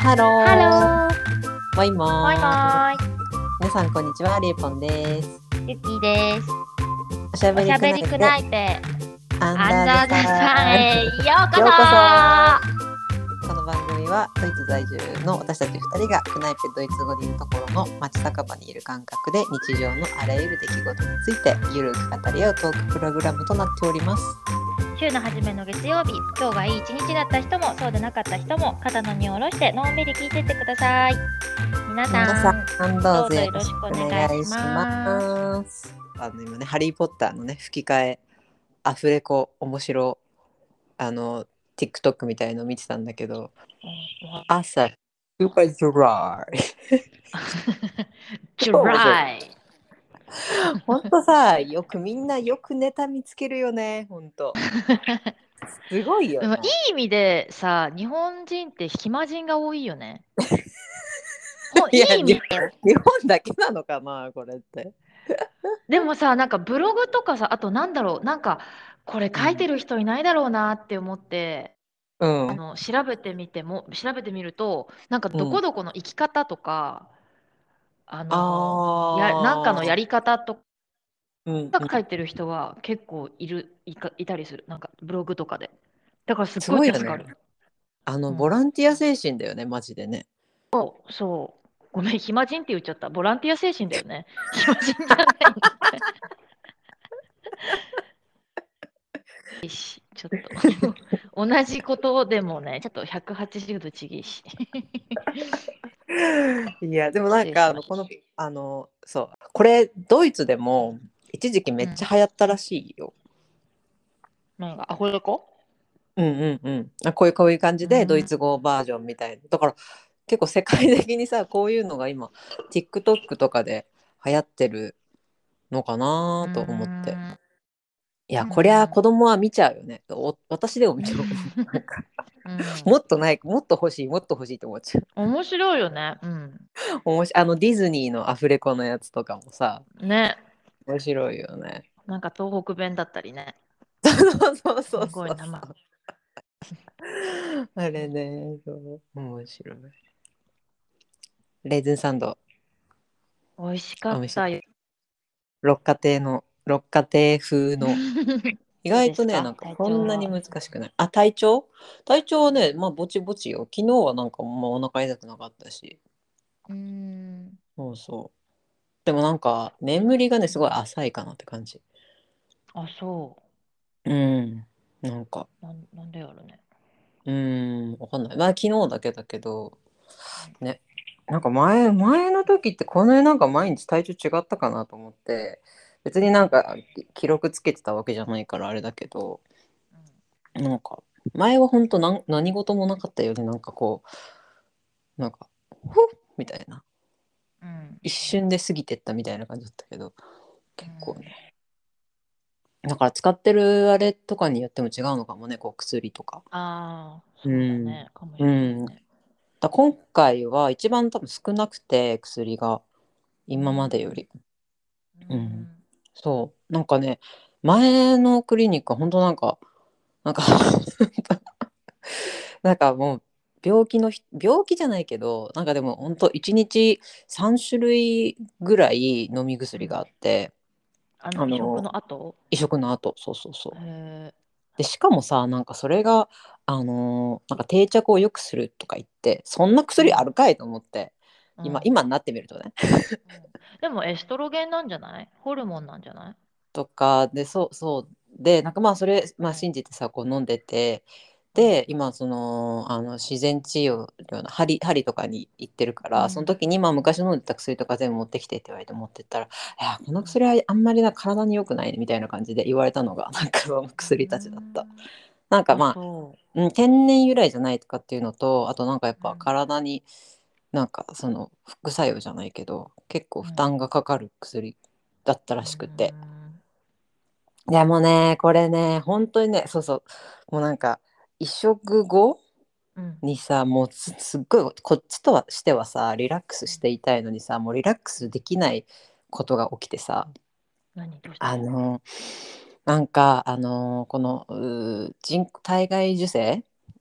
ハロハー。 ロー、 もいももいもーい。 ーい、 皆さんこんにちは、りえぽんです。 ゆきです。 おしゃおしべりくないでゃべりくないペアンアンダーザダーザさんさん。 へようこようこそ。 そ。この番組はドイツ在住の私たち2人がクナイペドイツ語でいうところの街酒場にいる感覚で日常のあらゆる出来事についてゆるく語り合うトークプログラムとなっております。 週の初めの月曜日、今日がいい一日だった人もそうでなかった人も肩の荷を下ろしてのんびり聞いてってください。皆皆ささんんどうぞどうぞよろよろしくおしくお願願いしいします。 ます。今ね、ハリーポッターのね、吹き替えアフレコ面白TikTok みたいの見てたんだけど、朝スーパードライ。 ド超面白い。 ライ。 ほんとさ、みんなよくネタ見つけるよね。ほんとすごいよでもいね。 い意味でさ、日本人って暇人が多いよね。いいや、 い意味だよ。 日本だけなのかなこれって。 でもさ、なんかブログとかさ、あとなんだろう、なんかこれ書いてる人いないだろうなって思って、 うん、 調べてみると、なんかうん、 どこどこの生き方とか、なんかのやあり方とー、うん、うん。 か書いてる人は結構いたりする。なんかブログとかで。だからすっすごいごいよね。 助かる。うん。 ボランティア精神だよね、マジでね。 そう。ごめん、暇人って言っちゃった。ボランティア精神だよね。暇人じゃないんだって。ちょっと同じことでもね、ちょっと180度違いし。 いや、でもなん失礼しか、 ました。 そう、これ、ドイツでも一時期めうん。 っちゃ流行ったらしいよ。 なんか、アホレコ。 うんうんうん。こういう感じでドイうん。 ツ語バージョンみたいな。だから結構世界的にさ、こういうのが今 TikTok とかで流行ってるのかうなと思って。 ん。 いや、 うこりゃ子ん。 供は見ちゃうよね。私でも見ちゃう。なんかうん。 もっとない、もっと欲しい、もっと欲しいと思っちゃう。 面白いよね。うん。 ディズニーのアフレコのやつとかもさ、 ね。 面白いよね。 なんか東北弁だったりね。 そうそうすそうそうごい生。 そう。あれね、そう面白い。レーズンサンド、 美味しかお店ったよ。 六花亭風の意どう外とね、なですか、 んか体そんなに調は。 難しくない。あ、体調はね、まあぼちぼちよ。昨日はなんかもうお腹痛くなかったし。 うーん。 そうそう。でもなんか眠りがね、すごい浅いかなって感じ。 あ、そうん。なんか、 う。なんでやろね。 わかんない。まあ昨日だけだけど、ね。なんか前の時ってこのなんか毎日体調違ったかなと思って、別になんか記録つけてたわけじゃないからあれだけど、なんか前は本当何事もなかったよね。なんかこう、なんか、ふっみたいな。 うん。うん。 一瞬で過ぎてったみたいな感じだったけど、 うん。 結構ね。だから使ってるあれとかによっても違うのかもね、こう薬とか。 ああ、 うそうだん。 ね。かもしうん。 れないね。 今回は一番多分少なくて薬がうー今までよん。 り。 うーうん。 ん。 そう。なんかね、前のクリニックは本当なんかなんかもう病気じゃないけど、なんかでも本当1日3種類ぐらい飲み薬があうん。 って、 移植あの、 の後。 移植の後、そうそうそう。 へえ。 で、しかもさ、なんかそれが、なんか定着を良くするとか言って、そんな薬あうん。 るかいと思って、今、 うん。 今になってみるとね。 うん。でもエストロゲンなんじゃない？ホルモンなんじゃない？ とかで、そうそうで、なんかまあそれ、まあ、 うん。 信じてさこう飲んでて、 うん。 で今自然治療の針とかに行ってるから、そのうん。 時にまあうん。 昔飲んでた薬とか全部持ってきてって言われて持ってったら、いやこのうん。 薬はあんまり体に良くないねみたいな感じで言われたのがなんかそのうー薬たちだった。 ん。 なんかあ、 まあ、 そ天然由来じゃないとかっていうのと、あとなんかやっう。うぱん。 体になんかその副作用じゃないけど結構負うん。 担がかかる薬だったうーらしくて。 ん。 いやもうね、これね、本当にね、そうそう、もうなんか、移植後うん。 にさ、もうすっごい、こっちとはしてはさ、リラックスうん。 していたいのにさ、もうリラックスできないことが起きてさ、 どうしたの？ あの、なんか、この、体外受精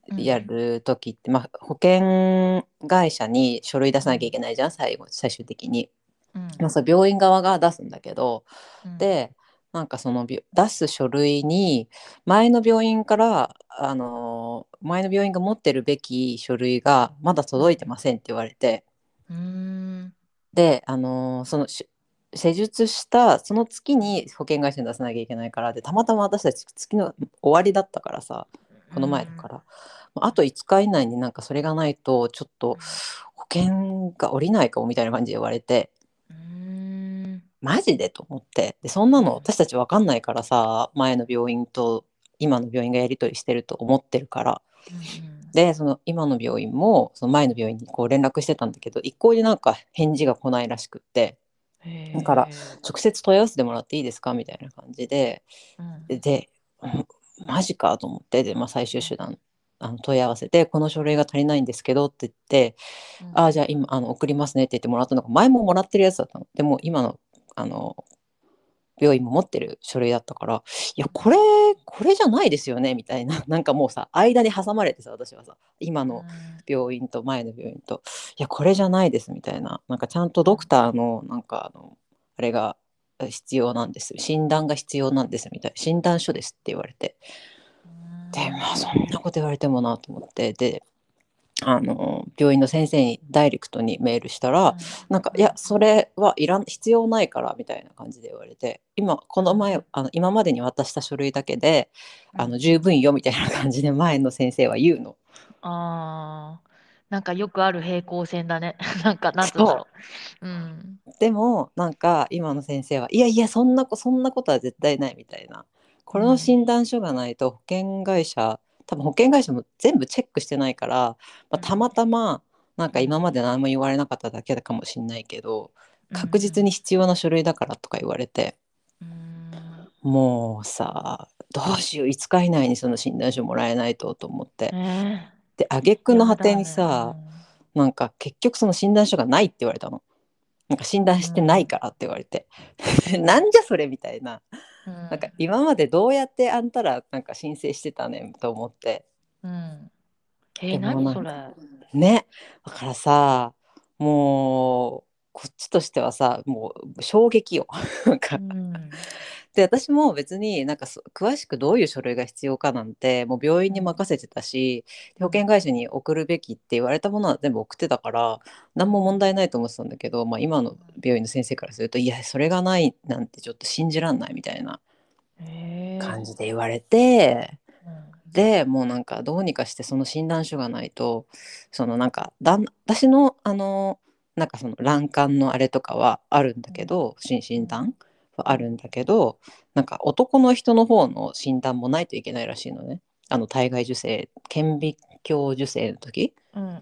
やる時って、まあ、保険会社に書類出さなきゃいけないじゃん、最終的に。まあ、それ病院側が出すんだけど、でなんかその出す書類に前の病院から、前の病院が持ってるべき書類がまだ届いてませんって言われて、で、施術したその月に保険会社に出さなきゃいけないから、でたまたま私たち月の終わりだったからさ、この前だから、あと5日以内になんかそれがないとちょっと保険が下りないかもみたいな感じで言われて、マジでと思って、でそんなの私たち分かんないからさ、前の病院と今の病院がやり取りしてると思ってるから、でその今の病院もその前の病院にこう連絡してたんだけど、一向になんか返事が来ないらしくって、だから直接問い合わせてもらっていいですかみたいな感じで、でマジかと思って、で、まあ、最終手段問い合わせて、この書類が足りないんですけどって言って、ああじゃあ今送りますねって言ってもらったのが、前ももらってるやつだったの。でも今の病院も持ってる書類だったから、いやこれじゃないですよねみたいな、なんかもうさ間に挟まれてさ、私はさ今の病院と前の病院と、いやこれじゃないですみたいな、なんかちゃんとドクターのなんかあれが必要なんです、診断が必要なんですみたいな、診断書ですって言われて、でまあそんなこと言われてもなと思って、で病院の先生にダイレクトにメールしたら、なんかいやそれ必要ないからみたいな感じで言われて、この前今までに渡した書類だけで十分よみたいな感じで前の先生は言うの。 なんかよくある平行線だね。なんかなんつうんだろう。 でもなんか今の先生はいやいやそんなことは絶対ないみたいな、この診断書がないと保険会社、多分保険会社も全部チェックしてないから、たまたまなんか今まで何も言われなかっただけかもしんないけど、確実に必要な書類だからとか言われて、もうさどうしよう、5日以内にその診断書もらえないと思って、で挙句の果てにさ、なんか結局その診断書がないって言われたの。なんか診断してないからって言われて、なんじゃそれみたいな、なんか今までどうやってあんたらなんか申請してたねんと思って、でも何それ。 ね、だからさ、もうこっちとしてはさもう衝撃よなんか、で私も別になんか詳しくどういう書類が必要かなんてもう病院に任せてたし、保険会社に送るべきって言われたものは全部送ってたから何も問題ないと思ってたんだけど、今の病院の先生からすると、いやそれがないなんてちょっと信じらんないみたいな感じで言われて、でもうなんかどうにかしてその診断書がないと、そのなんか私のなんかその卵管のあれとかはあるんだけど、診断はあるんだけど、なんか男の人の方の診断もないといけないらしいのね、体外受精顕微鏡受精の時、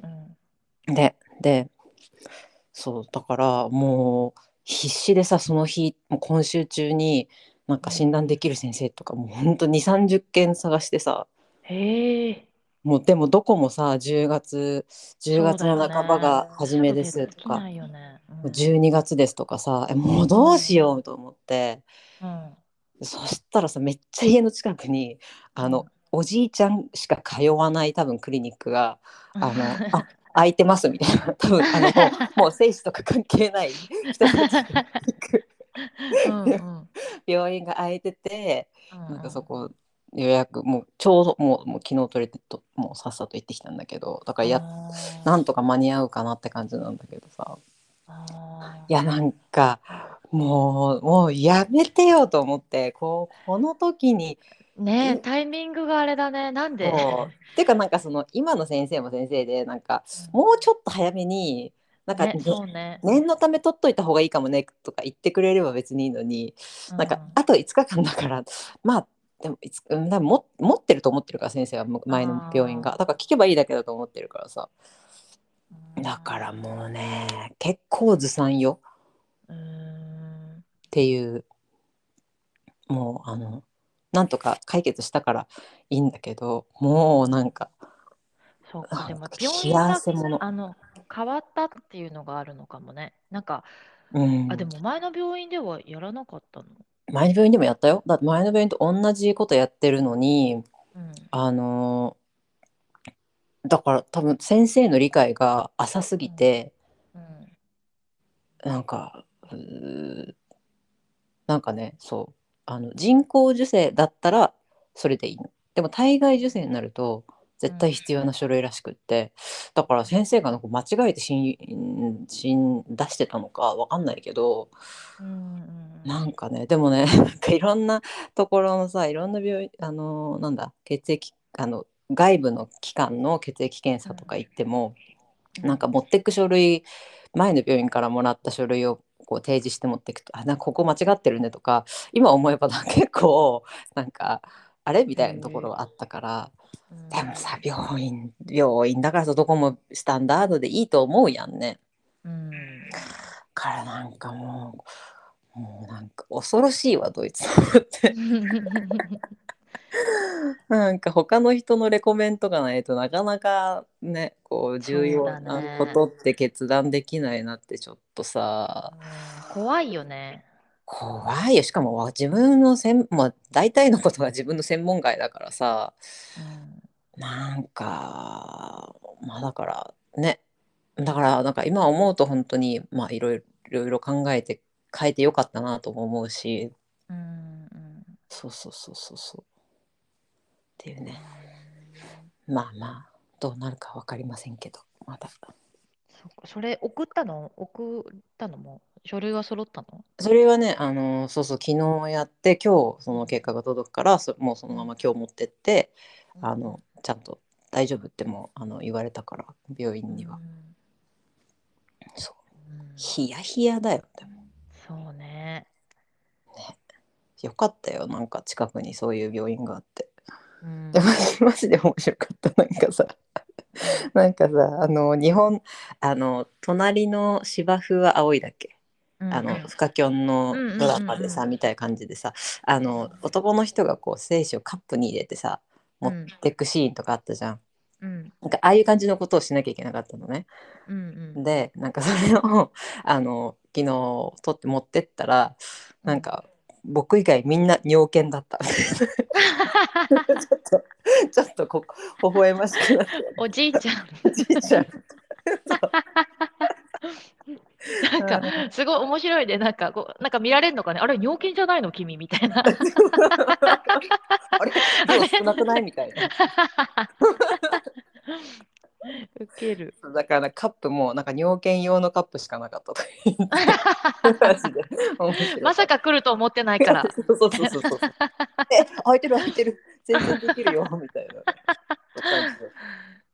でそうだからもう必死でさ、その日もう今週中になんか診断できる先生とかもうほんと2 30件探してさ、もうでもどこもさ10月の半ばが初めですとか、12月ですとかさ、もうどうしようと思って、そしたらさめっちゃ家の近くにおじいちゃんしか通わない多分クリニックが空いてますみたいな、多分もう精子とか関係ない人たちが行く病院が空いてて、なんかそこ予約もうちょうどもう昨日取れてもうさっさと行ってきたんだけど、だからなんとか間に合うかなって感じなんだけどさ、いやなんかもうやめてよと思って、この時にねえ、タイミングがあれだね。なんで。 てかなんかその今の先生も先生で、なんかもうちょっと早めになんか、 そうね、 念のため取っといた方がいいかもねとか言ってくれれば別にいいのに、なんかあと5日間だからまあでも多分持ってると思ってるから、先生は前の病院がだから聞けばいいだけだと思ってるからさ、だからもうね結構ずさんよっていう、もうなんとか解決したからいいんだけど、もうなんかそうか、でも病院が変わったっていうのがあるのかもね。なんか、でも前の病院ではやらなかったの？ 前の病院でもやったよ。だって前の病院と同じことやってるのに、あのだから多分先生の理解が浅すうん。 ぎて、 うん。 なんか、なんかね、そう、人工授精だったらそれでいいの。でも体外受精になると絶対うん。 必要な書類らしくって、だから先生がなんか間違えて出してたのかわかんないけど、 うん。うん。 なんかね、でもね、なんかいろんなところのさ、いろんな病院、なんだ、血液、外部の機関の血液検うん。 査とか行っても、 うん。 なんか持ってく書類、前の病院からもらった書類をこう提示して持っていくと、なんかここ間違ってるねとか、今思えば結構なんかあれみへたいなところえ。 があったから。 うでもさ、 ん。 病院だからさ、どこもスタンダードでいいと思うやんね。 うん。 からなんかもうなんか恐ろしいわドイツのってなんか他の人のレコメントがないとなかなかね、こう重要そうだなこね。 とって決断できないなってちょっとさ、 うん。怖いよね。 怖いよ。しかも自分のまあ、大体のことが自分の専門外だからさ、 うん。 なんかまあだからね、だからなんか今思うと本当にまあいろいろ考えて変えてよかったなとも思うし、 うん。うん。 そうそうそうそうそうっていううね。 ん。 まあまあどうなるか分かりませんけど、まだ。 そっか、それ送ったのも、書類は揃ったの？ それはね、そうそう、昨日やって、今日そうん。 の結果が届くから、もうそのまうん。 ま今日持ってって、 うん。 ちゃんと大丈夫っても言われたから、病う院には。 ん。 そう。 うん。 ヒヤヒヤだよ。でもそうね。 ね、よかったよ。なんか近くにそういう病院があって。 うでも、 ん。 マジで面白かった。なんかさ、 うん。 なんかさ、隣の芝生は青いだっけ、 うん。 フカキョンのうん。うん。 ドラマでさ、 うん。 みたいな感じでさ、 うん。 男の人がこう精子をカップに入れてさ、持っうん。 てくシーンとかあったじゃん。 うん。 なんかああいう感じのことをしなきゃいけなかったのね。 うん。うん。 で、なんかそれを昨日取って持ってったら、 うん。 なんか僕以外みんな尿検だった。ちょっとちょっと微笑ましくなって、 おじいちゃん。 おじいちゃん。そうなんか、すごい面白いね。なんか、なんか見られるのかね。あれ、尿検じゃないの君みたいな。 あれ、 あれ。 量少なくないみたいな。 ウケる。 だからカップもなんか尿検用のカップしかなかったと言ってマジで面白かった。 まさか来ると思ってないから。 そうそうそうそうそう。空いてる空いてる、全然できるよみたいな感じで。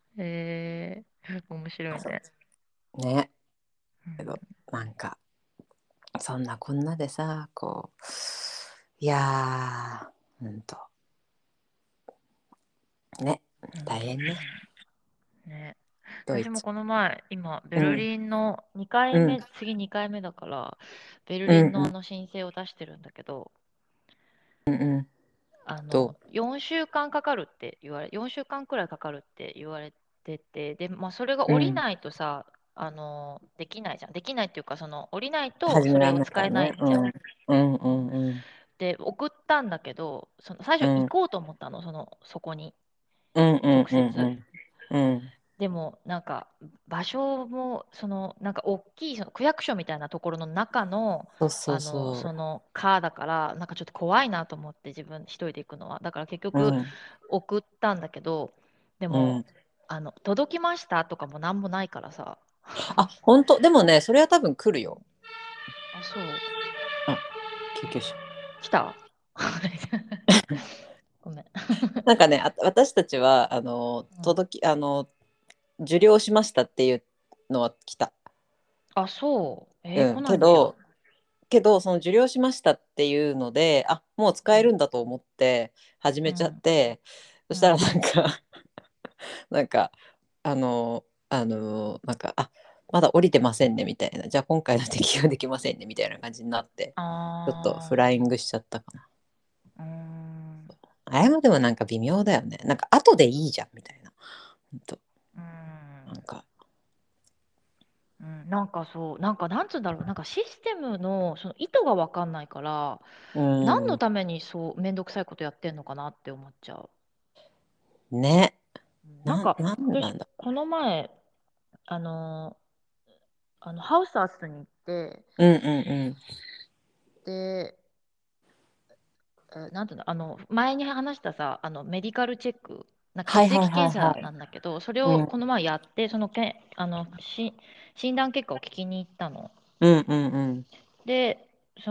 面白いね。 ね。 うん。 けどなんかそんなこんなでさ、こう、いやー、ね、 うん。 大変ね、 ね。 ドイツ。 私もこの前、今、ベルうんリンの2回うん目、次2回目だから、ベルうんリンのうん申請を出してるんだけど、 うんうんと、 4週間かかるって言われ、4週間くらいかかるって言われてて、で、まあ、それがうん、 降りないとさ、できないじゃん。できないっていうか、降りないとそ始められないれを使えなからね。 いじゃん。 うんうんうんで、送ったんだけど、最初行うんこうと思ったの、そこに、 うんうん直接。 うんうんでも、なんか、場所も、なんか、大きい、区役所みたいなところの中の、 そうそうそカーだから、なんかちょっと怖いなと思って、自分一人で行くのは。だから結う。う局、 ん送ったんだけど、でも、 うん。 届きましたとかもなんもないからさ。 あ、本当。でもね、それは多分来るよ。 あ、そう。 あ、救急車。 来た。ごめん。 なんかね、私たちはうん。 受領しましたっていうのは来た。 あ、そう。 うん、 来ないんじゃん。 けどその受領しましたっていうので、あ、もう使えるんだと思って始めちゃっうん。 て、そしたらうん。 なんかなんかなんか、まだ降りてませんねみたいな、じゃあ今回の適用できませんねみたいな感じになって、ちょっとフあライングしちゃったかな。 ー。 あれもでもなんか微妙だよね。なんか後でいいじゃんみたいな。ほんと、 うん。 なんか、 うん、なんかそう、なんかなんつうんだろう、なんかシステムのその意図が分かんないから、 う何のん、 ためにそうめんどくさいことやってんのかなって思っちゃう。 ね。 うなんか私なんだ。 この前あのハウスアーツに行って、 うんうんうん。 で、なんていうの、前に話したさ、メディカルチェック、 はいはい血液はいは検査なんだけど、それい。うんをこの前やって、そのけ、診断結果を聞きに行ったの。 うんうんうん。 で、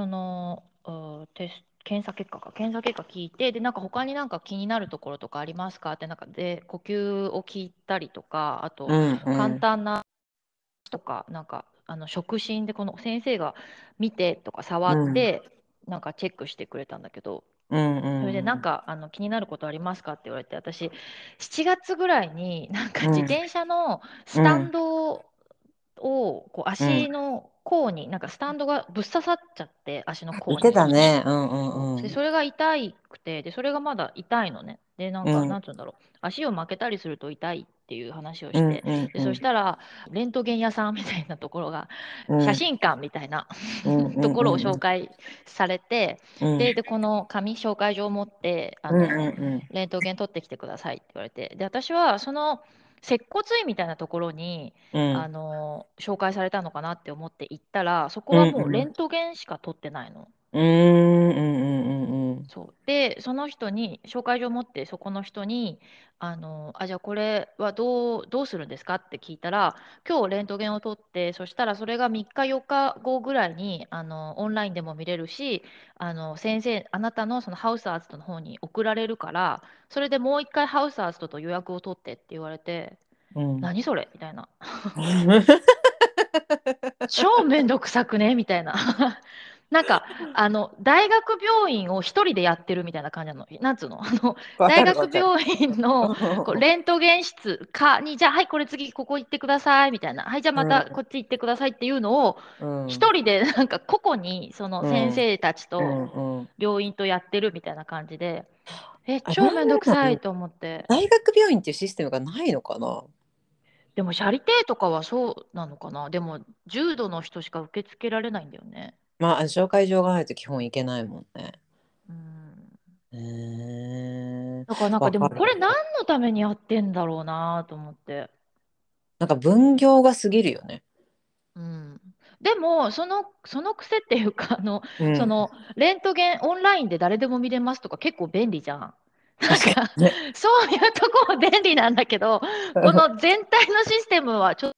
検査結果聞いて、で、他に気になるところとかありますかって、で、呼吸を聞いたりとか、あと、 うんう簡ん単なとか、触診でこの先生が見てとか触うんうんって、チェックしてくれたんだけど、 うんそれでうん気になることありますかって言われて、私、7月ぐらいに自うん転車のスタンうんドをこううん足の甲に、スタンドがぶっ刺さっちゃって、足の言って甲に。 たね。うんうそうで、 んうんそれが痛くて、で、それがまだ痛いのね。で、 うんなんつうんだろう、足を負けたりすると痛いっていう話をうんして、で、 うんうんそしたら、レントゲン屋さんみたいなところが、 うん写真館みたいなうんうところをんうん紹介されて、 うんで、この紙、紹介状を持って、 うんうんレントゲン取ってきてくださいって言われて、で、私は、接骨院みたいなところに、 うん紹介されたのかなって思って行ったら、そこうんはもうレうんントゲンしか取ってないの。 うんうんうんそうで、その人に、紹介状を持って、そこの人に、じゃあこれはどうするんですかって聞いたら、今日レントゲンを取って、そしたらそれが3日、4日後ぐらいに、オンラインでも見れるし、先生、あなたのそのハウスアーツトの方に送られるから、それでもう一回ハウスアーツトと予約を取ってって言われて、 うん何それみたいな。 うん超めんどくさくねみたいな。なんか、大学病院を一人でやってるみたいな感じなの。なんつうのわ大かるわかる。 学病院のレントゲン室に、じゃあ、はい、これ次、ここ行ってください、みたいな。はい、じゃあまたこっち行ってくださいっていうのを、 うん一人で個々に、その先うん生たちうとんうん。 病院とやってるみたいな感じで、 あ、なん超めんどくなの？ さいと思って。 大学病院っていうシステムがないのかな？ でも、シャリテとかはそうなのかな。でも、重度の人しか受け付けられないんだよね。 まあ、紹介状がないと基本行けないもんね。 うん。 へえ。 だからでもこれわかる。 何のためにやってんだろうなと思って。 なんか分業が過ぎるよね。 うん。でも、その癖っていうか、 うん。 レントゲンオンラインで誰でも見れますとか結構便利じゃん。 確かにね。 そういうとこは便利なんだけど、この全体のシステムはちょっ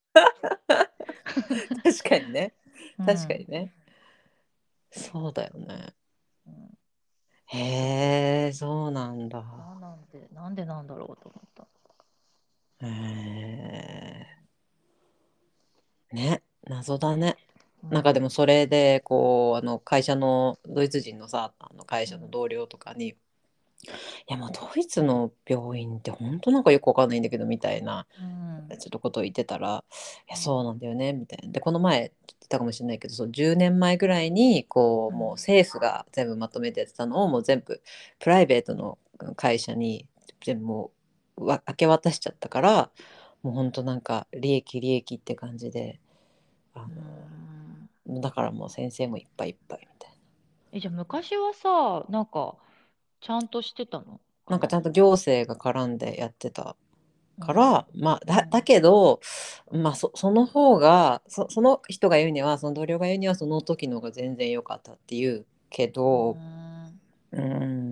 確かにね。 と、うん。 確かにね。そうだよね。 うん、 へえ、そうなんだ。 なんでなんだろうと思った。 へえ。ね、謎だね。なんかでもうん。 それでこう会社のドイツ人のさ会社のうん。 同僚とかに「いやもうドイツの病院って本当なんかよくわかんないんだけど」みたいなうん。 ちょっとことを言ってたら「いやそううんなんだよね」みたいな。でこの前言ってたかもしれないけど、そう10年前ぐらいにこうもううん政府が全部まとめてやってたのをもう全部プライベートの会社に全部もう明け渡しちゃったから、もう本当なんか利益って感じで。あうん。 のだからもう先生もいっぱいいっぱいみたいじゃあ昔はさ、ちゃんとしてたのな。なんかちかな。 ゃんと行政が絡んでやってたうん。 から、まあだうん。 けど、まあその方がその人が言うには、その同僚が言うにはその時の方が全然良かったっていうけうど、 ん。 うん、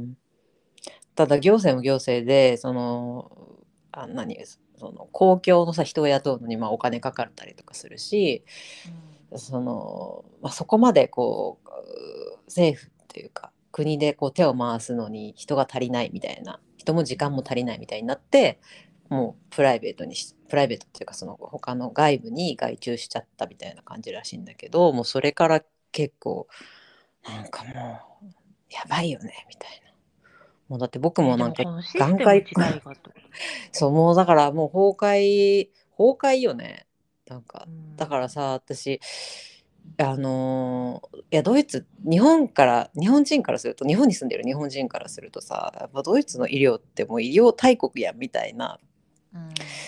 ただ行政も行政でそのその公共のさ人を雇うのにまあお金かかったりとかするし、 うん。 そこまでこう政府っていうか国でこう手を回すのに人が足りないみたいな、人も時間も足りないみたいになって、もうプライベートっていうかその他の外部に外注しちゃったみたいな感じらしいんだけど、もうそれから結構なんかもうやばいよねみたいな。もうだって僕もなんかでもこのシステム眼科自体がってこと。 そうもうだからもう崩壊よね。なんかうだからん。 さ私いやドイツ日本人からすると、日本に住んでる日本人からするとさ、やっぱドイツの医療ってもう医療大国やんみたいなうん。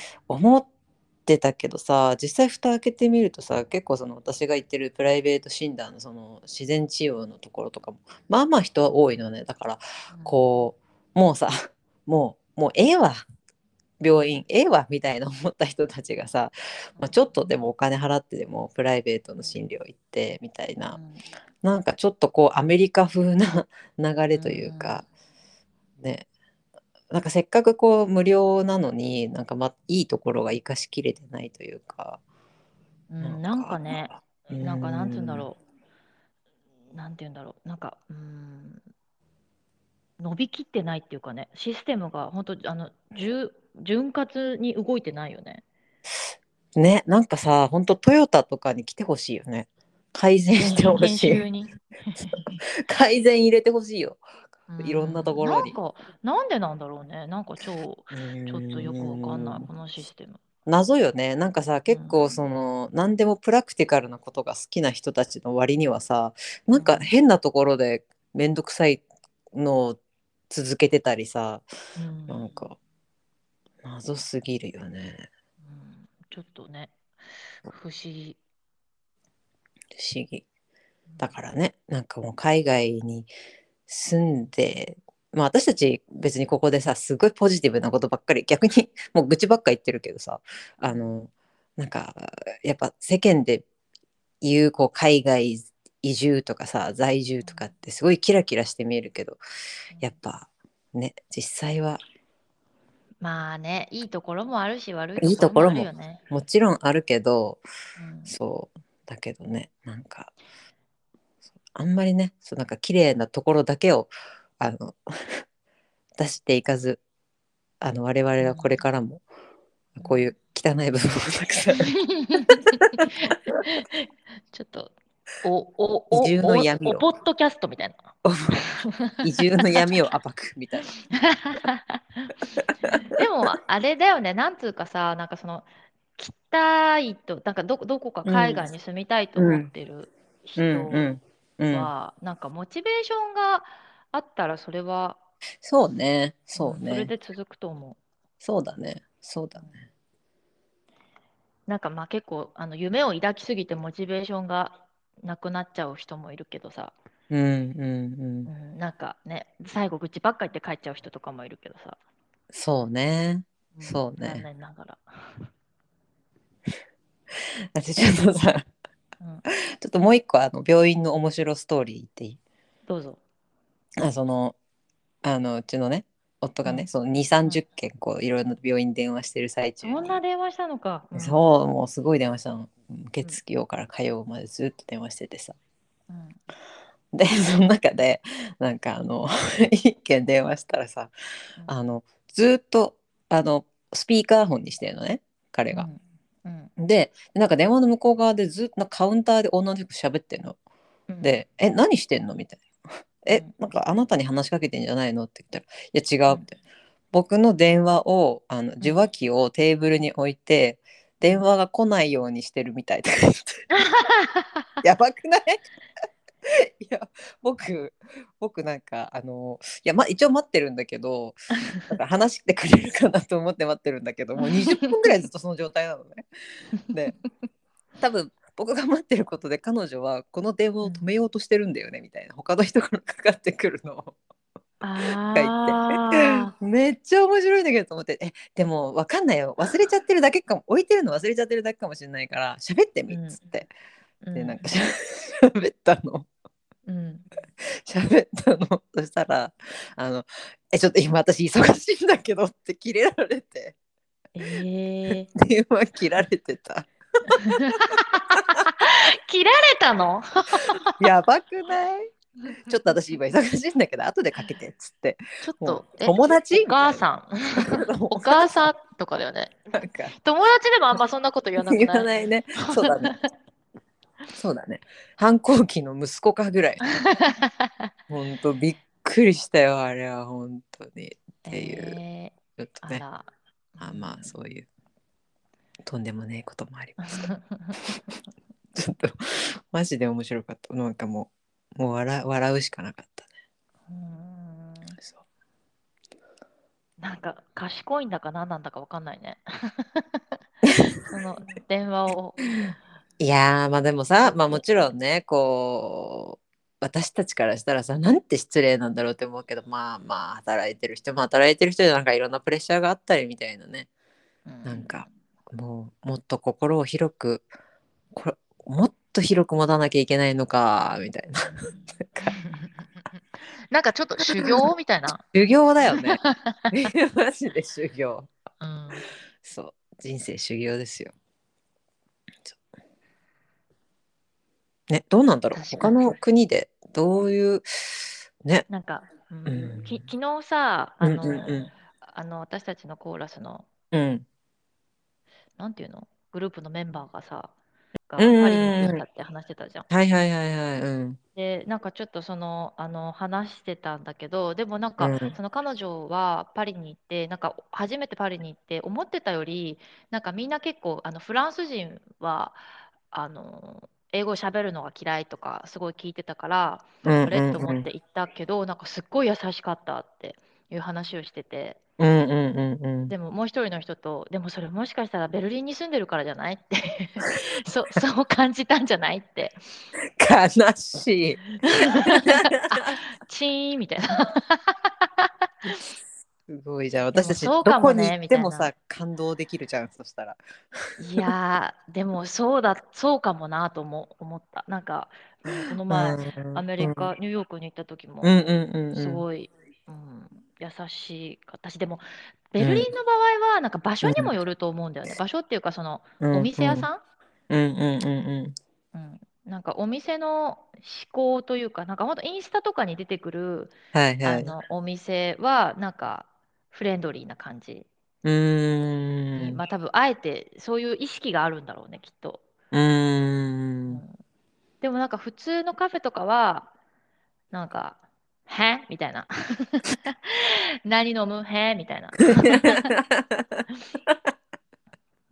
思ってたけどさ、実際蓋開けてみるとさ、結構その私が行ってるプライベート診断のその自然治療のところとかもまあまあ人は多いのね。だからうん。 こもうさもうええわ病院ええわみたいな思った人たちがさ、ちょっとでもお金払ってでもプライベートの診療行ってみたいな、なんかちょっとこうアメリカ風な流れというかね、なんかせっかくこう無料なのになんか、いいところが生かしきれてないというか、なんなんかかね、 うーなんかなんつうんだんろう、なんて言うんだろう、なんか、伸びきってないっていうかね、システムが本当、潤滑に動いてないよね。 ね、なんかさ、ほんとトヨタとかに来てほしいよね。改善してほ研しい。 修に。 改善入れてほしいよ。いろんなところに。 なんか、なんでなんだろうね。なんかうちょっとよくわかんない、 ーん。 このシステム。 謎よね。なんかさ、 うん、 結構その何でもプラクティカルなことが好きな人たちの割にはさ、なんかうん、 変なところでめんどくさいのを続けてたりさ、 うん、 なんか謎すぎるよね。 ちょっとね、不思議。 不思議。だからね、なんかもう海外に住んで、私たち別にここでさ、すごいポジティブなことばっかり、逆にもう愚痴ばっかり言ってるけどさ、あの、なんかやっぱ世間で言うこう海外移住とかさ、在住とかってすごいキラキラして見えるけど、やっぱね、実際はまあね、いいところもあるし、悪いといいころもところもあるよね。 もちろんあるけど、 うん、 そうだけどね、なんかあんまりね、そうなんか綺麗なところだけをあの出していかず、我々はこれからもこういう汚い部分もたくさんちょっと、お、お、 移住のお、 闇をポッドキャストみたいな。 移住の闇を暴くみたいな。 でも、あれだよね、なんつうかさ、なんか来たいと、なんかどこか海うん外に住みたいと思っうんてるうんう人んうん。 は、なんかモチベーションがあったら、それは、 そうねそれそうね。 で続くと思そうだねそうう。 だね。 なんかまあ結構、夢を抱きすぎてモチベーションがなくなっちゃう人もいるけどさ、 うんうんうん。 なんかね、最後愚痴ばっか言って帰っちゃう人とかもいるけどさ、 そうね残ね。 念ながら。 私ちょっとさ、 うん、 ちょっともう一個病院の面白ストーリー言っていい？ どうぞ。 そのうちのね夫がね、 うん、 その2 3 うん。 0件こういろいろな病院に電話してる最中そんなに、 電話したのか。うん、 そうもうすごい電話したの。 うん、 月曜から火曜までずっと電話しててさ、 うん、 でその中でなんか一件電話したらさ、 うん、 あのずっとスピーカーフォンにしてるのね彼が。 うん、うん、 でなんか電話の向こう側でずっとなんかカウンターで女の人と喋ってんの。 うん、 で何してんのみたいな。 うん、 なんかあなたに話しかけてんじゃないのって言ったら、いや違うって。 うん、 僕の電話を受うん、 話器をテーブルに置いてうん。 電話が来ないようにしてるみたいとか言って、やばくない？いや僕なんかいや、一応待ってるんだけど、なんか話してくれるかなと思って待ってるんだけど、もう20分ぐらいずっとその状態なのね。で多分僕が待ってることで彼女はこの電話を止うん。 めようとしてるんだよねみたいな、他の人からかかってくるのを書いて、 ああ、 めっちゃ面白いんだけどと思って、でも分かんないよ、忘れちゃってるだけかも、置いてるの忘れちゃってるだけかもしれないから喋ってみっつうん、 って、 うん、 でなんか喋ったの。 うん。 喋ったの。そしたらちょっと今私忙しいんだけどって切れられて、 ええ電話切られてた。 切られたの？ やばくない？ちょっと私今忙しいんだけど後でかけてっつって、もうちょっと、 友お達みたいな。 母さん。お友達母さんとかだよね。 なんか友達でもあんまそんなこと言わなく言わない？ ないね。そうだね。そうだね。反抗期の息子かぐらいの。ほんとびっくりしたよあれは本当にっていう、 えちょっとね、 あら。うまあん。 そういうとんでもねえこともありました。ちょっとマジで面白かった。なんかもう笑うしかなかったね。 うん。 そう。 なんか賢いんだか何なんだかわかんないね。その電話を。 いやーまあでもさ、まあもちろんね、こう私たちからしたらさ、なんて失礼なんだろうって思うけど、まあまあ働いてる人も働いてる人でなんかいろんなプレッシャーがあったりみたいなね。 うん。 なんかもうもっと心を広く、こもっと広く持たなきゃいけないのかみたいな。 うん。なんかちょっと修行みたいな。 修行だよね。マジで修行。 うん。 そう、人生修行ですよ。ね、どうなんだろう。 確かに。 他の国でどういうね。 なんか、ううん、 ん、 昨日さ、 うんうん私たちのコーラスの、 うんうんなんていうのグループのメンバーがさ、 うがパリに行くんんうん。 だって話してたじゃん。 はいはいはいはい。うんで、なんかちょっと話してたんだけど、でもなんか、 うんその彼女はパリに行って、なんか初めてパリに行って、思ってたより、なんかみんな結構、フランス人は、英語を喋るのが嫌いとか、すごい聞いてたから、 うんあれとうん思って行ったけど、なんかすっごい優しかったっていう話をしてて、 うんうんうんうん。 でももう一人の人と、でもそれもしかしたらベルリンに住んでるからじゃないってそう感じたんじゃないって。 悲しい。 あ、チーンみたいな。 すごいじゃん。 で私たちもそうどこに行っかもね、みたいな。 てもさ、感動できるじゃん、そしたら。 いやー、でもそうかもなとも思った。なんか、このう前、アんうんメリカ、ニューヨークに行った時も、 うんうんうんうんすごい、優しかったし、でも、ベルリうんンの場合は、なんか場所うんにもよると思うんだよね。場所っていうか、おうんうん店屋さん、 うんうんうんうん、なんかお店の思考というか、なんか本当インスタとかに出てくる、 はいはい。 お店は、なんか、フレンドリーな感じうーに、 んまあ多分あえてそういう意識があるんだろうね、きっと。 うーん。 うん、でもなんか普通のカフェとかは、なんか、へみたいな。何飲むへみたいな。うん、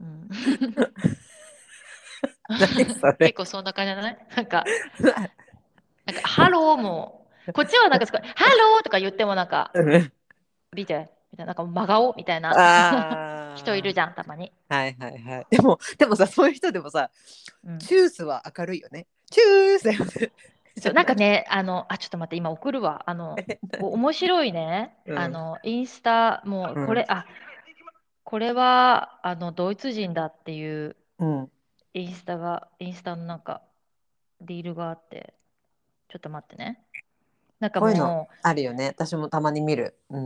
何それ。 結構そんな感じじゃないなんか、ハローも、こっちはなんかすごい、ハローとか言ってもなんか、見て、みたいな、なんか真顔みたいな人いあるじゃん、たまに。 あ、はいはいはい。でもさ、そういう人でもさ、 うん。 チュースは明るいよね。チュースだよね。じそう、 ゃない。 なんかね、ちょっと待って、今送るわ。面白いね。 うん。 インスタ、もう、 うん。 これは、ドイツ人だっていううん。 インスタのなんか、リールがあって、ちょっと待ってね。なんかこういうのもう、 あるよね。私もたまに見る。うん。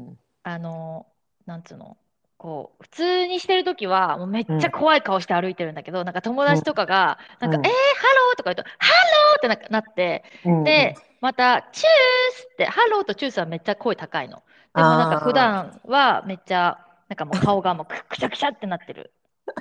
うんあの、なんつうの、こう、普通にしてるときは、もうめっうんちゃ怖い顔して歩いてるんだけど、なんか友達とかが、なんか、 うんハローとか言うと、ハローってなって、 うんうん。 で、また、チュースって、ハローとチュースはめっちゃ声高いの。でもなんか普ああ、 段はめっちゃ、なんかもう顔がもうくしゃくしゃってなってる。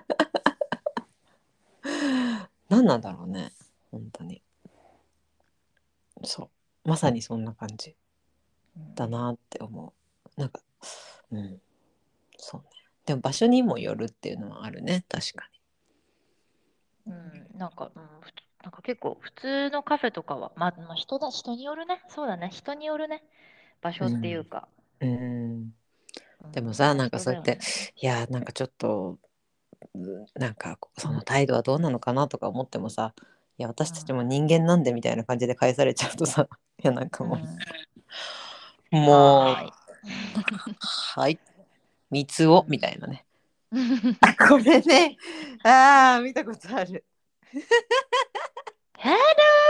何なんだろうね。本当に。そう。まさにそんな感じうん、 だなって思う。なんか、うん。そうね。でも場所にもよるっていうのはあるね。確かうん、なんか結構普通のカフェとかは、まあ人によるね。そうだね。人によるね。場所っていうに。 か。 うん。うん。 うん、 でもさ、なんかそうやって、 人だよね。 いや、なんかちょっと、なんかその態度はどうなのかなとか思ってもさ、いや、私たちも人間なんでみたいな感じで返されちゃうとさ、いや、なんかもうん。 う、もう、 はーい。 はい、三つをみうん。 たいなね。あ、これね、ああ、見たことある。 ヘル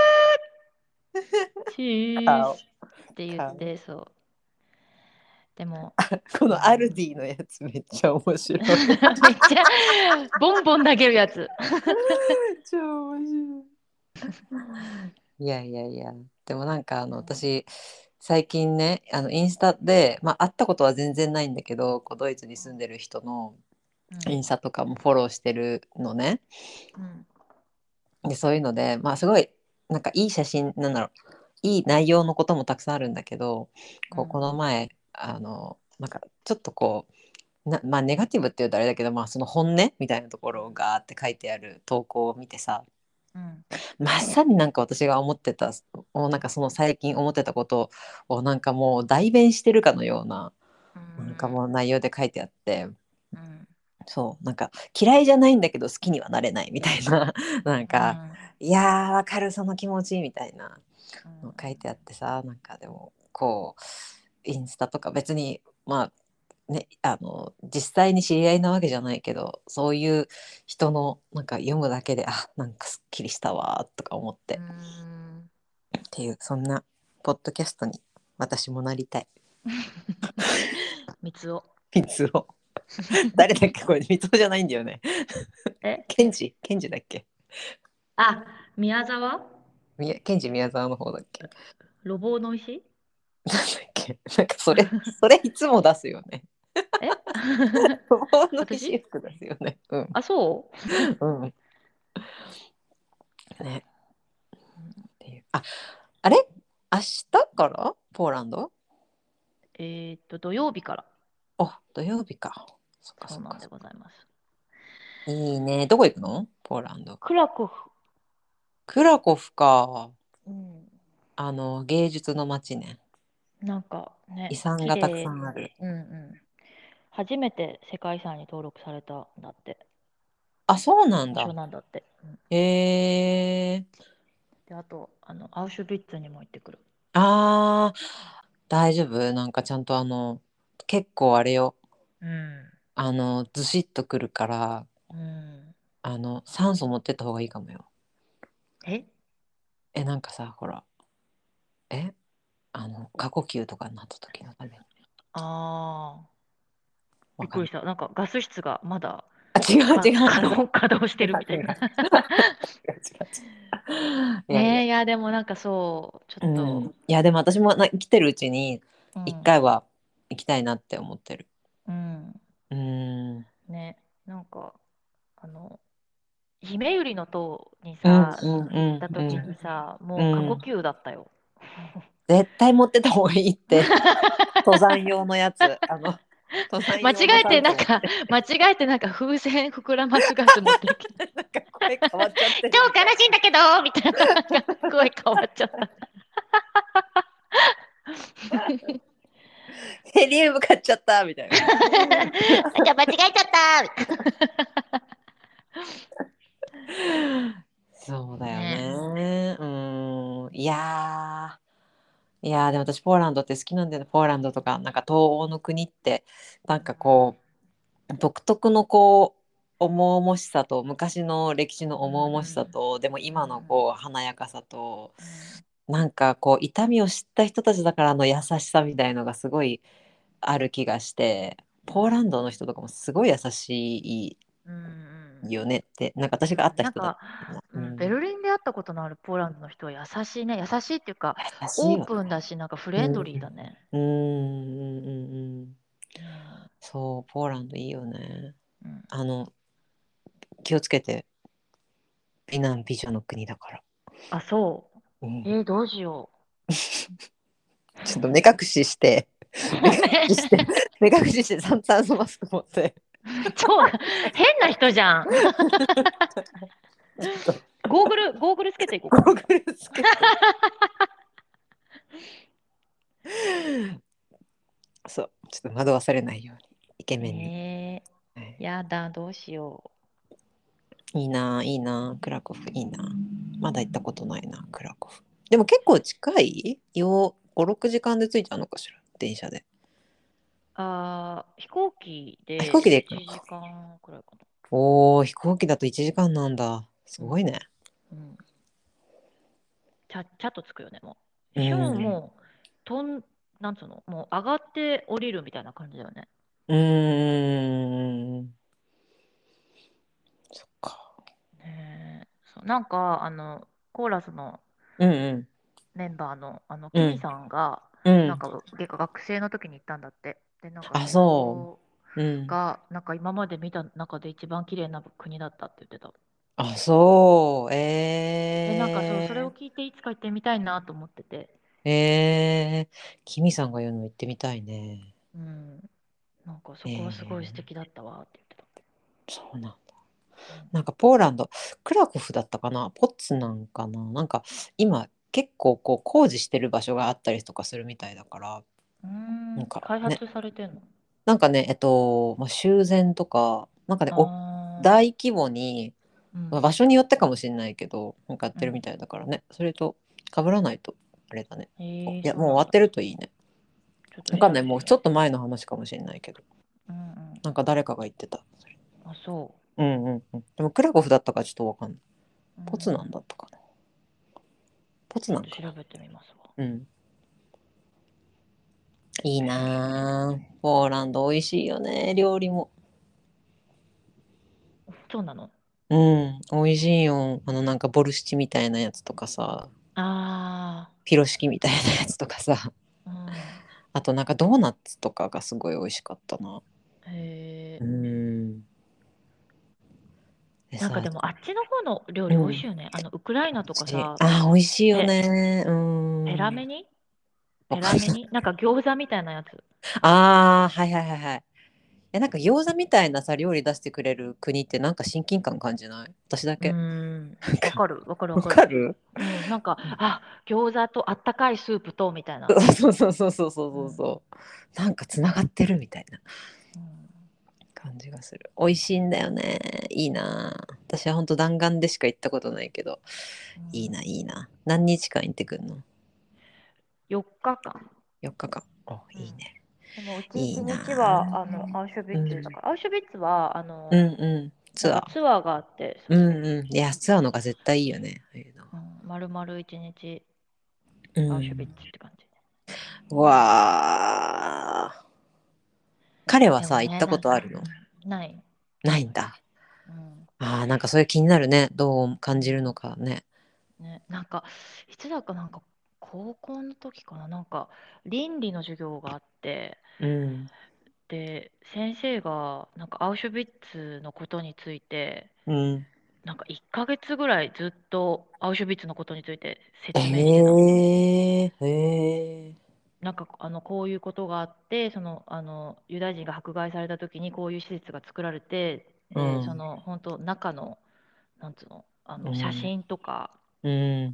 チー顔、 ズって言っ顔。 て、そう。でも、 このアルうん。 ディのやつめっちゃ面白い。 めっちゃ、ボンボン投げるやつ。 超面白い。いやいやいや、でもなんか私最近ね、インスタで、まあ会ったことは全然ないんだけど、こうドイツに住んでる人のうん。 インスタとかもフォローしてるのね。 うん。 でそういうので、まあすごいなんかいい写真なんだろう、いい内容のこともたくさんあるんだけど、 うん。 この前なんかちょっとこうまあネガティブって言うとあれだけど、まあその本音みたいなところをガーって書いてある投稿を見てさ、 うん。 まさになんか私が思ってた、なんかその最近思ってたことをなんかもう代弁してるかのような、 うなんかん。 もう内容で書いてあって、 うん。 そうなんか嫌いじゃないんだけど好きにはなれないみたいな、なんか、 うん。 いやーわかるその気持ちみたいな。 うん。 書いてあってさ、なんかでもこうインスタとか別にまあね、実際に知り合いなわけじゃないけど、そういう人のなんか読むだけで、あ、なんかすっきりしたわとか思っうーて、 ん。 っていう、そんなポッドキャストに私もなりたい。 三つを。 三つを。誰だっけこれ、三つおじゃないんだよね。 え、 ケンジだっけ。 あ、宮沢ケンジ宮沢の方だっけ。 路傍の石。 なんだっけ。なんかそれいつも出すよね。 えごぼうの石私服ですよね。うん。 あ、そう。 うん。ね。っていう。あれ明日からポーランド。 土曜日から。 土曜日か。そっかそうなんでそっかそっか。 ございます。 いいね。どこ行くのポーランド。 クラクフ。 クラコフか。 うん。 芸術の街ね。 なんか遺ね、綺産がたくさ麗。 んある。 うんうん。初めて世界遺産に登録されたんだって。 あ、そうなん場所だ。 なんだって。うん、 へえ。 で、あと、アウシュビッツにも行ってくる。 あー、大丈夫なんかちゃんと結構あれよ。 うん。 ずしっとくるから、 うん。 酸素持ってった方がいいかもよ。 えなんかさ、ほら、え過呼吸とかになった時のために。 ああー、びわかんない。 っくりした。なんかガス室がまだあ、違う違う違う。 稼働して違うるみたいな。 違う違う違う。いやいや。 ねえ、いや、でもなんかそう、ちょっうん。 と、 いやでも私も生きてるうちに一うん、 回は行きたいなって思ってる。 うん、 うん。 ね、なんか、あの、姫百合の塔にうんさ、 うん行っうんうた時にさ、もう過ん。うん。 呼吸だったよ。 絶対持ってた方がいいって。登山用のやつ。登山間違用のえて、 酸素持って。 間違えて風船膨らますガス持ってるけど、 なんか声変わっちゃってるみ超悲たいな。 しいんだけどみたいな、なんか声変わっちゃった。 ヘリウム買っちゃったみたいな。 じゃあ間違えちゃったみたいそうだな。 よね。 ね。いやーでも私ポーランドって好きなんだよね。ポーランドとかなんか東欧の国ってなんかこう独特のこう重々しさと昔の歴史のうん重々しさうんとでも今のうんこう華やかさとうんなんかこう痛みを知った人たちだからの優しさみたいのがすごいある気がして、ポーランドの人とかもすごい優しうんうんいよねってなんか私が会った人だっなんか、 たら、 うん、ベルリンで会ったことのあるポーランドの人は優しいね。優しいっていうか、 優しいオーよね。 プンだし、フレンドうんリーだね。 うん。 うん。 そうポーランドいいよね。 うん、 あの気をつけて、美男美女の国だから。 あ、そうん、 う。どうしよちょっと目隠ししてう。 目隠しして目隠しして酸素マスク持って超、変な人じゃん。 ちょっとゴーグルつけていこうゴかな。 ーグルつけて、そうちょっと惑わされないようにイケメンに、はい、 やだ、どうしよいいないいなクラコフいいな。まだ行ったことないなクラコフ。でも結構近いよ。56時間で着いちゃうのかしら電車で。 う。飛行機飛行で機で行くの 1 か。 時間くらいか飛行機だと1時間なんだ。すな。 ごいね。 うん。うん。ちゃっとつくよね、もう。 うシュンんもなんつうの、もう上がって降りるみたいな感じだよね。 うーん。そっか。 ねえ、そうコーラスのうんうんメンバーの、キミうんさんが、 うん。 学生の時に行ったんだって。で、 あ、 そそこう。うん。 が、今まで見た中で一番綺麗な国だったって言ってた。 あ、そう。 で、そう、それを聞いていつか行ってみたいなと思ってて。 キミさんが言うの行ってみたいね。 うん。そえこはすごい素ー、 敵だったわって言ってた。 そうなんだ。 うん。 なんかポーランド、クラクフだったかな、ポッツなんかな、なんか今結構こう工事してる場所があったりとかするみたいだから、なんかね、 開発されてんの？ なんかね、まあ、修繕とか、なんかね、 あ大規模に、 あー、うん。 まあ場所によってかもしれないけど、なんかやってるみうん。 たいだからね、それと被らないとあれだね。いや、もう終わってそうなんだ。 るといいね。 ちょっとわかんない。 調べてみよもうちょっと前の話かもしれないけど。 う。うんうん。 なんか誰かが言ってた。 あ、そうんうんうん。でもクラゴフだったかちょっとわかんない。 う。 ポツなんだったかな。ポツちょっなんかな。 と調べてみますわ。 うん。いいなぁ。ポーランド美味しいよね、料理も。 そうなの。 うん、美味しいよ。なんかボルシチみたいなやつとかさ、 あピロシキみたいなやつとかさ、 あ、うん。 あとなんかドーナツとかがすごい美味しかったな。 へえ。 うん。でさ、 なんかでもあっちの方の料理美味しうん。 いよね。ウクライナとかさ、 美味しいよペ、 ね。うペん。 ラメニわかんない。 ペラメニなんか餃子みたいなやつ。 はいはいはいはい。なんか餃子みたいなさ、料理出してくれる国ってなんか親近感感じない？私だけ？なんか、 わかる、わかる、わわかる。 かる？ うん、なんか、あ、餃子とあったかいスープと、みたいな。 そうそうそうそうそううん、 そうそう。なんかつながってるみたいなうん、 感じがする。美味しいんだよね。いいな。私は本当弾丸でしか行ったことないけど、いいな、 うん、 いいな。何日間行ってくんの？ 4日間。 4 日間。 うん。 いいね。 でもうち1 いいな。 日はアウシュビうん。 ッツだから、アウシュビッツはうんうん。 なんかツアー。 ツアーがあって、そうそうんうん。いや、ツアーのが絶対いいよね。ああいうのは。 う、うん、丸々1日うアウシュビッん。 ツって感じ。 わあ。彼はさ、行っでもね、 たこなんか、 とあるの？ ない、ない。 ないんだ。 うん。 なんかそれ気になるね。どう感じるのかね。 ね、なんか、いつだかなんか、高校の時かな、なんか、倫理の授業があって、 うん。 で、先生が、なんか、アウシュビッツのことについて、 うん。 なんか、1ヶ月ぐらいずっとアウシュビッツのことについて説明してたの。 へえ。 なんか、こういうことがあって、ユダヤ人が迫害された時に、こういう施設が作られて、で、 うん。 本当、中の、なんつうの、写うん。 真とか、 うん。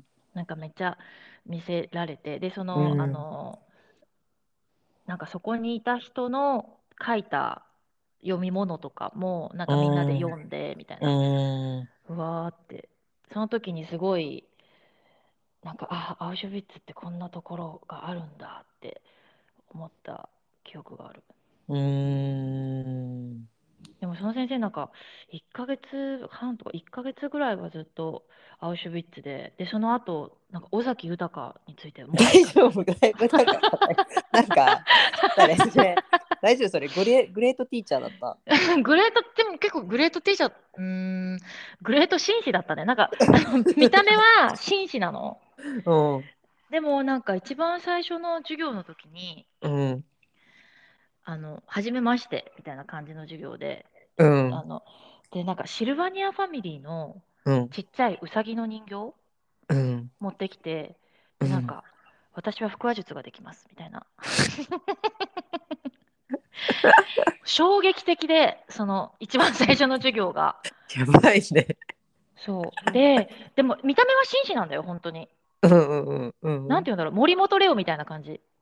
なんかめっちゃ見せられて、で、 うん。 なんかそこにいた人の書いた読み物とかも、なんうかみんなでん。 読んで、みたいな。 うん。 うわーって、その時にすごい、なんか、あ、アウシュビッツってこんなところがあるんだって思った記憶がある。 うん。 でもその先生なんか1ヶ月半とか1ヶ月ぐらいはずっとアウシュビッツで、その後なんか尾崎豊についてもう大丈夫？だいぶなんか、なんか、誰それ？大丈夫？それグレートティーチャーだった？ グレート、でも結構グレート T シャツ、グレート紳士だったね。なんか、見た目は紳士なの。 うん。 でもなんか一番最初の授業の時に、 うん。 初めましてみたいな感じの授業で、 うん。 あの、なんかシルバニアファミリーのうん。 ちっちゃいうさぎの人形うん。 持ってきて、で、なんうん。 か、私は腹話術ができますみたいな。衝撃的で、その一番最初の授業が。 やばいね。 そう。でも見た目は紳士なんだよ、本当に。 うんうんうんうん。 なんて言うんだろう、森本レオみたいな感じ。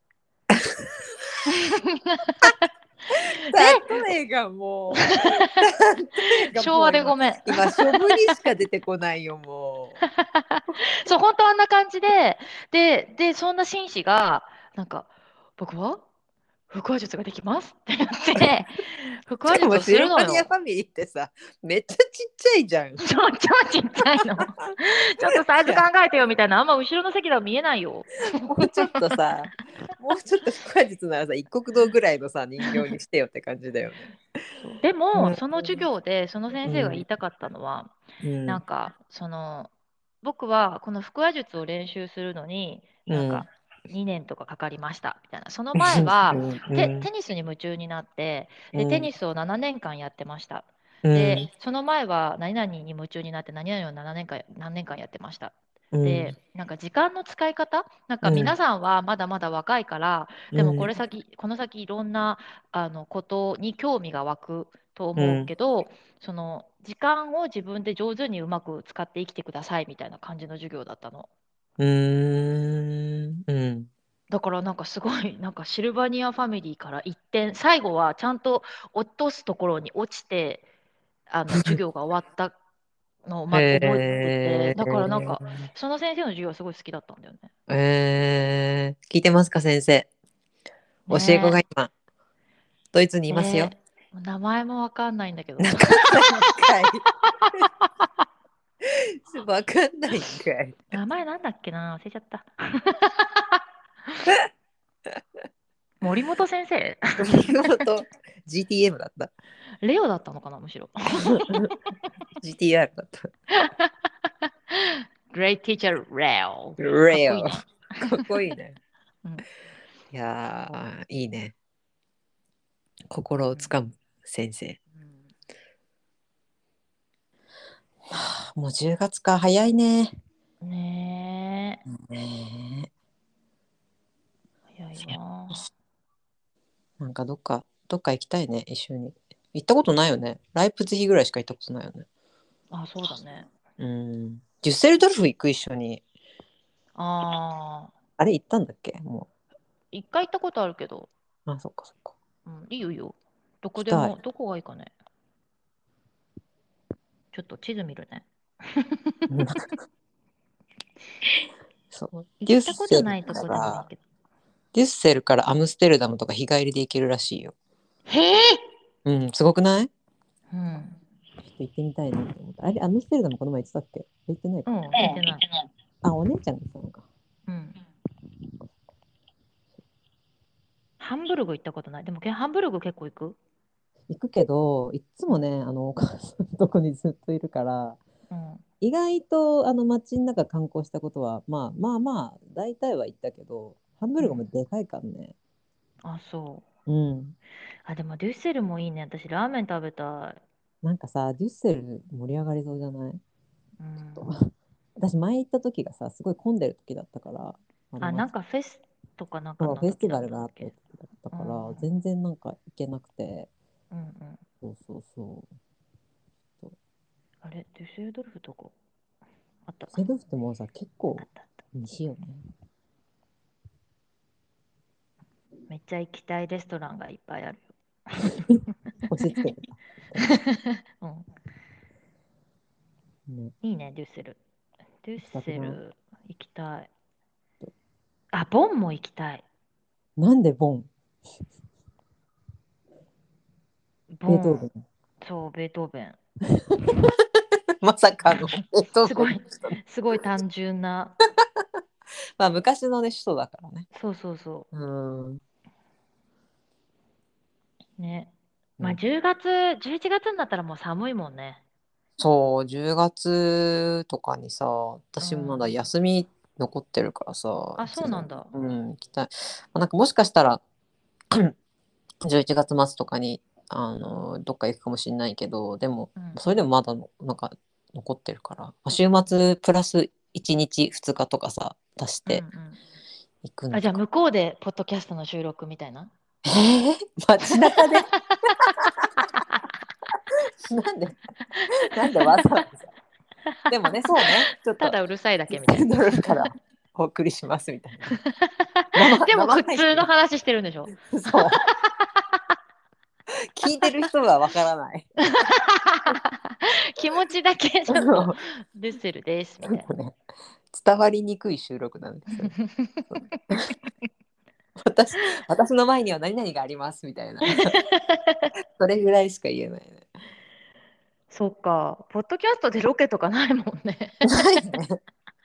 で、 例えがもう、例えが昭和でもう今、 ごめん。 今、しょぶりしか出てこないよ、もそう、本当あんな感じで、そんな紳士が、なんか、僕は腹話術ができますって言って、 う。しかも、 腹話術をすシルバるのよ。 ニアファミリーってさ、めっちゃちっちゃいじゃん。 超ちっちゃいの。ちょっとサイズ考いや、 えてよみたいな、あんま後ろの席では見えないよ。 もうちょっとさ、もうちょっと腹話術ならさ、一国道ぐらいのさ、人形にしてよって感じだよね。 そうでも、 うん。 その授業で、その先生が言いうん。 たかったのは、 うん。 なんか、僕はこの腹話術を練習するのに、 うん。 なんか、2年とかかかりましたみたいな。その前はうん。 テニスに夢中になって、で、テうん。 ニスを7年間やってました。で、 うん。 その前は何々に夢中になって、何々を7年間、何年間やってました。 うん。 で、なんか時間の使い方、なんかうん。 皆さんはまだまだ若いから、でもうん。 この先いろんなことに興味が湧くと思ううん。 けど、その時間を自分で上手にうまく使って生きてくださいみたいな感じの授業だったの。 うーん。うん。 だからなんかすごいなんかシルバニアファミリーから一転、最後はちゃんと落とすところに落ちて授業が終わったのを、覚えてて、 へだからなんか、 ー。 その先生の授業すごい好きだったんだよね。 聞いてますか先生。教え子がね今、ドイツにいえ。 ますよ。 名前もわかんないんだけど。 わかんないんかい。わかんないんかい。 名前なんだっけな忘れちゃった。森本先生。 見事 GTM だった。 レオだったのかなむしろ。 GTR だった。 Great Teacher Leo。かっこいいレオ。 ね。 かっこいいね。 うん。 いやー、いいね。心をつかむ先生。もう10月か、早いね。 ねねえ。早いえ。 わ。 なんかどっか行きたいね、一緒に。行ったことないよね。ライプツィヒぐらいしか行ったことないよね。 あ、そうだね。 うん。デュッセルドルフ行く一緒に。 ああ、 あれ行ったんだっけも一回行ったことあるけど、 う。あ、そっかそっか。 うん、いいよいいよ。ど行きたい。 こでも、どこがいいかね。ちょっと地図見るね。 そう。 行ったこデュッセルとないとこでもいいから、 けど。 デュッセルからアムステルダムとか日帰りで行けるらしいよ。 へえ。 うん、すごくない？ちうん。 ょっと行ってみたいなと思った。あれ、アムステルダムこの前行ってたっけ？行ってないか。 うん、行ってない。 あ、お姉ちゃんが行ったのか。 うん。ハンブルグ行ったことない。でも、ハンブルグ結構行く。 行くけど、いっつうん。 もね、お母さんのとこにずっといるから、 うん。 意外と街の中観光したことは、まあまあまあ、大体は行ったけど、ハンブルグもうん。 でかいからね。 あ、そう。 うん。 あ、でも、デュッセルもいいね。私、ラーメン食べたい。 なんかさ、デュッセル盛り上がりそうじゃない？ うちょっん。 と私前行った時がさ、すごい混んでる時だったから、 あ、なん街、 かフェスとかなんかそう、 の時だっフェスティバルがあった時たっけ。 だったから、 うん。 全然なんか行けなくて、 うんうん。 そうそうそう。そうあれ、デュッセルドルフどこあった。 セドフってもうさ、結構あったあった。 西よね。 めっちゃ行きたいレストランがいっぱいあるよ。 押し付けてた。 うん。 ね、 いいね、デュッセル。デュッ行きたくない？ セル行きたい。あ、ボンも行きたい。 なんでボン？ ボン。 ベートーベン。 そう、ベートーベン。 まさかのベートーベンのすごい、 人ね。 すごい単純な。 まあ昔のね、首都だからね。 そうそうそうん。 う。ね。まあね、 10月、11月になったらもう寒いもんね。 そう、10月とかにさ、 う私もまだん。 休み残ってるからさ、 あ、 いつも、 そうなんだ。 うん、行きたい。まあなんかもしかしたら11月末とかに、どっか行くかもしれないけど、でも、 うんそれでもまだなんか残ってるから、まあ週末プラス1日2日とかさ、足しうんうてん。あ、じゃあ行くのか。 向こうでポッドキャストの収録みたいな。 え街中でなんで、なんでわざわざ。でもね、そうね、ちょっと、 ただうるさいだデュッけみたいな。 セルドルフからお送りしますみたいな。生、 でも生普通の配信。 話してるんでしょ。 そう。聞いてる人はわからない。 気持ちだけちょっとデュッセルですみたいな。 なんかね、伝わりにくい収録なんですよ。私、私の前には何々がありますみたいな。それぐらいしか言えないね。 そっか、ポッドキャストでロケとかないもんね。 ないね。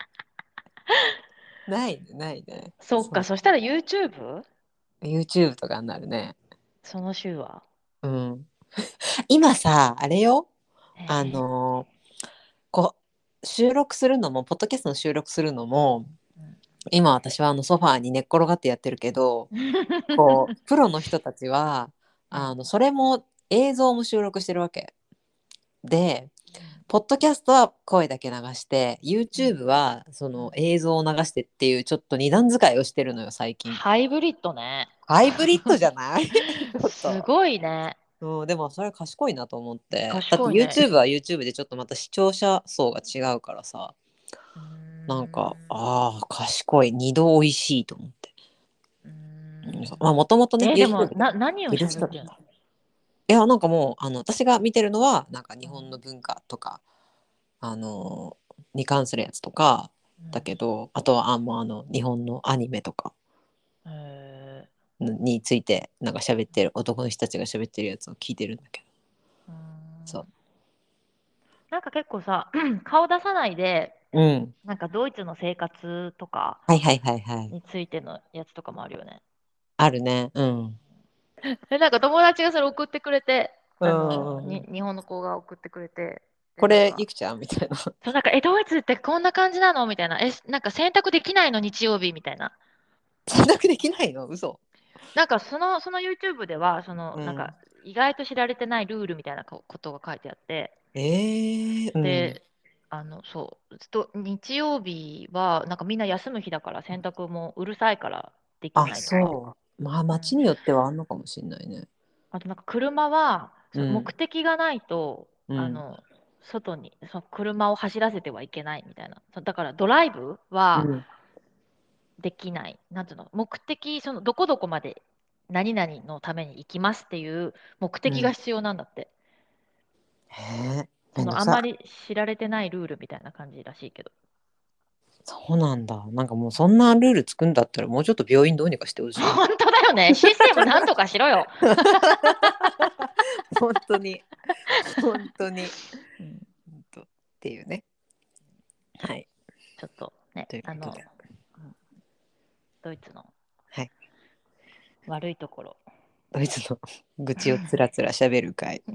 ないね、ないね。 そっか、 そう。 そしたら YouTube？ YouTube とかになるね。 その週は。 うん。今さ、あれよ。あえのこ収録するのも、ポッドキャストの収録するのも、今私はソファーに寝っ転がってやってるけど、こう、プロの人たちは、 うん。 それも映像も収録してるわけ。で、ポッドキャストは声だけ流して、 うん。 YouTube はそのうん。 映像を流してっていうちょっと二段使いをしてるのよ、最近。 ハイブリッドね。 ハイブリッドじゃないちょっすと。 ごいね。 うん、でもそれ賢いなと思って。だって賢いね。 YouTube は YouTube でちょっとまた視聴者層が違うからさ、 うーなんか、 ん。 ああ、賢い。二度美味しいと思って。 うーうん、 ん。 まあもともとね、 でも、 YouTube 何をいる喋ってんの？ 人だから。いや、なんかもう、私が見てるのは、なんか日本のうん。 文化とか、 に関するやつとかうんだけど、あとはもう日本のアニメとかへについてなんか喋ってる男の人たちが喋ってるやつを聞いてるんだけど。 ーうそう。 んなんか結構さ、顔出さないで、 うん。 なんかドイツの生活とかはいはいはいはい。 についてのやつとかもあるよね。 あるね。うん。 なんか友達がそれ送ってくれて、 うん。 日本の子が送ってくれて、で、 こなんか、 れいくちゃんみたいな。 そうなんか、ドイツってこんな感じなのみたいな。なんか洗濯できないの日曜日みたいな。 選択できないの？嘘。 なんかその YouTube では、なんか、 うん。 意外と知られてないルールみたいなことが書いてあって、 うん。 で、日曜日は、なんかみんな休む日だから洗濯もうるさいからできあ、 ないとか。 そう。まあうん、 街によってはあんのかもしれないね。 あとなんか車は目うん。 的がないと、 うん。 外にその車を走らせてはいけないみたいな。だからドライブはうん。 できない。なんていうの、目的、どこどこまで何々のために行きますっていう目うん。 的が必要なんだって。 へえ、めんどくさい。 あんまり知られてないルールみたいな感じらしいけど。 そうなんだ。なんかもうそんなルール作るんだったらもうちょっと病院どうにかしてほしい。 本当だよね。システムなんとかしろよ。 本当に。本当に。 うん、 っていうね。はい。 ちょっとね、 ということで。 うんドイツのはい。 悪いところ。 ドイツの愚痴をつらつら喋る会。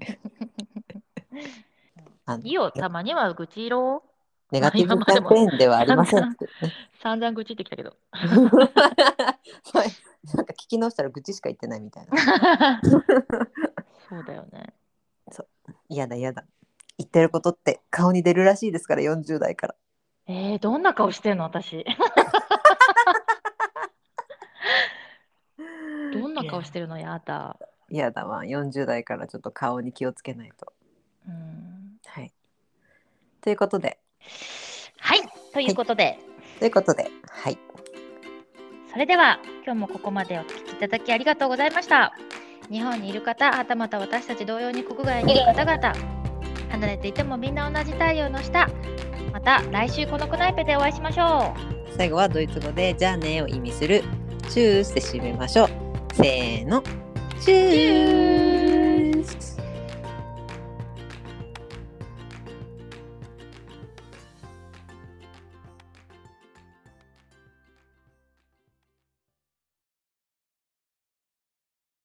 いいよ、たまには愚痴ろう。 ネまあガティブキャ今までもンペーンではありませんっ散々、 てね。 散々愚痴ってきたけど。 はい。なんか聞き直したら愚痴しか言ってないみたいな。 そうだよね。 そう。嫌だ嫌だ。言ってることって顔に出るらしいですから40代から。 どんな顔してんの私。どんないや、 顔してるのやだ。 嫌だわ。40代からちょっと顔に気をつけないと。 うん。 はい。ということで。 はい、といはい。 うことで、 ということで。はい。 それでは今日もここまでお聞きいただきありがとうございました。日本にいる方、はたまた私たち同様に国外にいる方々、離れていてもみんな同じ太陽の下。また来週このクナイペでお会いしましょう。 最後はドイツ語でじゃあねを意味するチュースで締めましょう。せーの。チュース。